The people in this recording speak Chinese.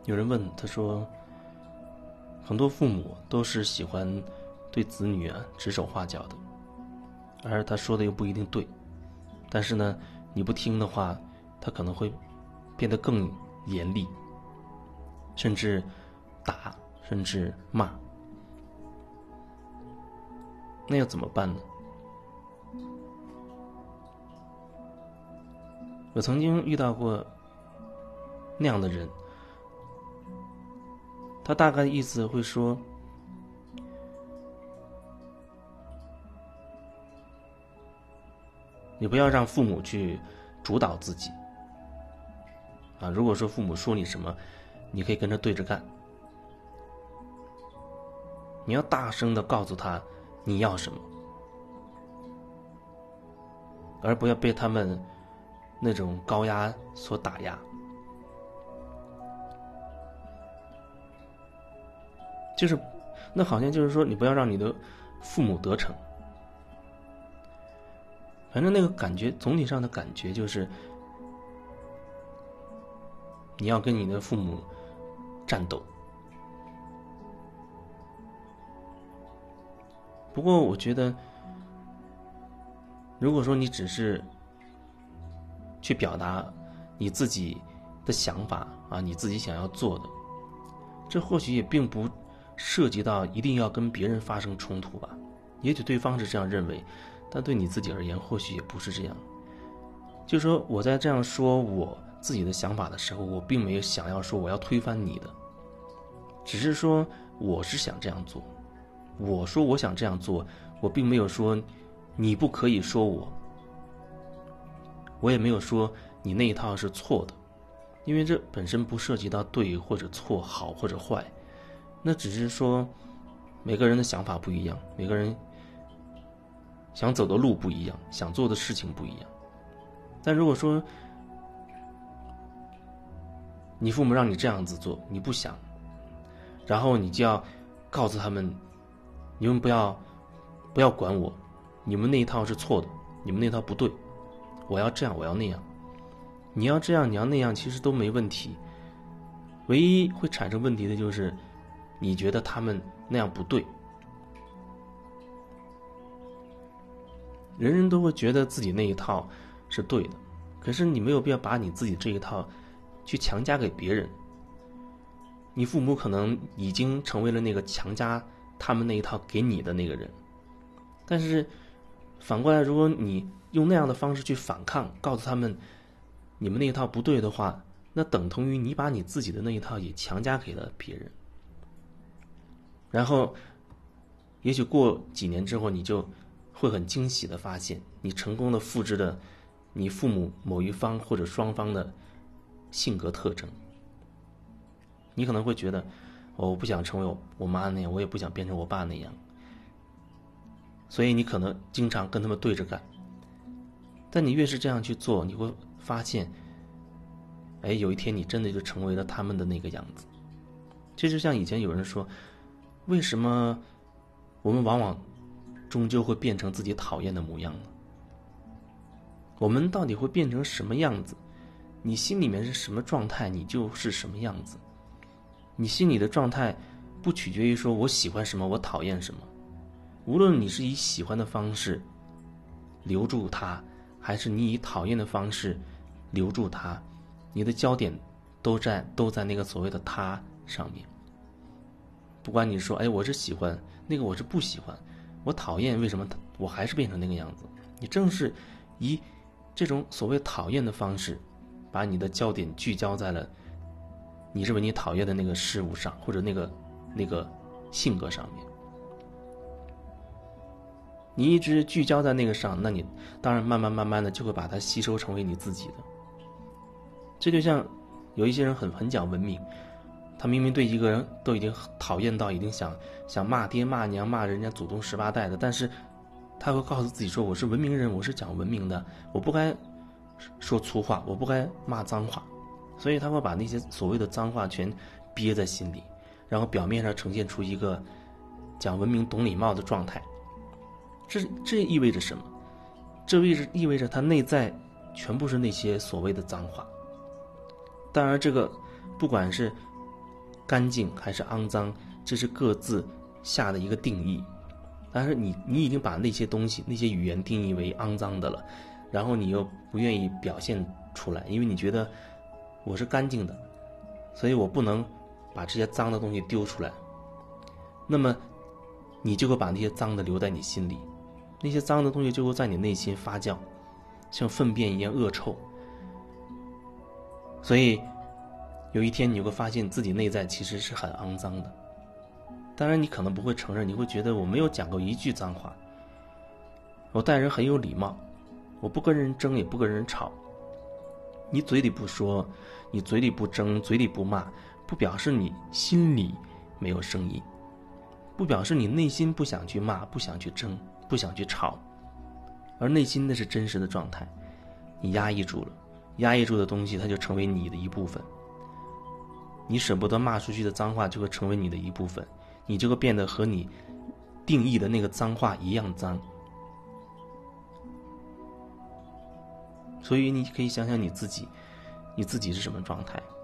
有人问他说，很多父母都是喜欢对子女指手画脚的，而他说的又不一定对，但是呢，你不听的话，他可能会变得更严厉，甚至打，甚至骂。那要怎么办呢？我曾经遇到过那样的人，他大概意思会说，你不要让父母去主导自己如果说父母说你什么，你可以跟着对着干，你要大声的告诉他你要什么，而不要被他们那种高压所打压。就是那好像就是说，你不要让你的父母得逞。反正那个感觉，总体上的感觉就是你要跟你的父母战斗。不过我觉得，如果说你只是去表达你自己的想法你自己想要做的，这或许也并不涉及到一定要跟别人发生冲突吧。也许对方是这样认为，但对你自己而言或许也不是这样。就是说我在这样说我自己的想法的时候，我并没有想要说我要推翻你的，只是说我是想这样做。我说我想这样做，我并没有说你不可以说我也没有说你那一套是错的，因为这本身不涉及到对或者错，好或者坏，那只是说每个人的想法不一样，每个人想走的路不一样，想做的事情不一样。但如果说你父母让你这样子做，你不想，然后你就要告诉他们，你们不要管我，你们那一套是错的，你们那套不对，我要这样，我要那样，你要这样，你要那样，其实都没问题。唯一会产生问题的就是你觉得他们那样不对。人人都会觉得自己那一套是对的，可是你没有必要把你自己这一套去强加给别人。你父母可能已经成为了那个强加他们那一套给你的那个人，但是反过来，如果你用那样的方式去反抗，告诉他们你们那一套不对的话，那等同于你把你自己的那一套也强加给了别人。然后也许过几年之后，你就会很惊喜的发现，你成功的复制了你父母某一方或者双方的性格特征。你可能会觉得我不想成为我妈那样，我也不想变成我爸那样，所以你可能经常跟他们对着干。但你越是这样去做，你会发现有一天你真的就成为了他们的那个样子。这就像以前有人说，为什么我们往往终究会变成自己讨厌的模样呢？我们到底会变成什么样子？你心里面是什么状态，你就是什么样子。你心里的状态不取决于说我喜欢什么，我讨厌什么。无论你是以喜欢的方式留住他，还是你以讨厌的方式留住他，你的焦点都在那个所谓的他上面。不管你说我是喜欢那个，我是不喜欢，我讨厌，为什么我还是变成那个样子？你正是以这种所谓讨厌的方式，把你的焦点聚焦在了你认为你讨厌的那个事物上，或者那个性格上面。你一直聚焦在那个上，那你当然慢慢的就会把它吸收成为你自己的。这就像有一些人很讲文明，他明明对一个人都已经讨厌到已经想骂爹骂娘骂人家祖宗18代的，但是他会告诉自己说，我是文明人，我是讲文明的，我不该说粗话，我不该骂脏话。所以他会把那些所谓的脏话全憋在心里，然后表面上呈现出一个讲文明懂礼貌的状态。这意味着什么？这意味着他内在全部是那些所谓的脏话。当然这个不管是干净还是肮脏，这是各自下的一个定义。但是你已经把那些东西那些语言定义为肮脏的了，然后你又不愿意表现出来，因为你觉得我是干净的，所以我不能把这些脏的东西丢出来，那么你就会把那些脏的留在你心里，那些脏的东西就会在你内心发酵，像粪便一样恶臭。所以有一天你会发现自己内在其实是很肮脏的。当然你可能不会承认，你会觉得我没有讲过一句脏话，我待人很有礼貌，我不跟人争也不跟人吵。你嘴里不说，你嘴里不争，嘴里不骂，不表示你心里没有声音，不表示你内心不想去骂，不想去争，不想去吵，而内心那是真实的状态，你压抑住了，压抑住的东西它就成为你的一部分，你舍不得骂出去的脏话就会成为你的一部分，你就会变得和你定义的那个脏话一样脏。所以你可以想想你自己是什么状态。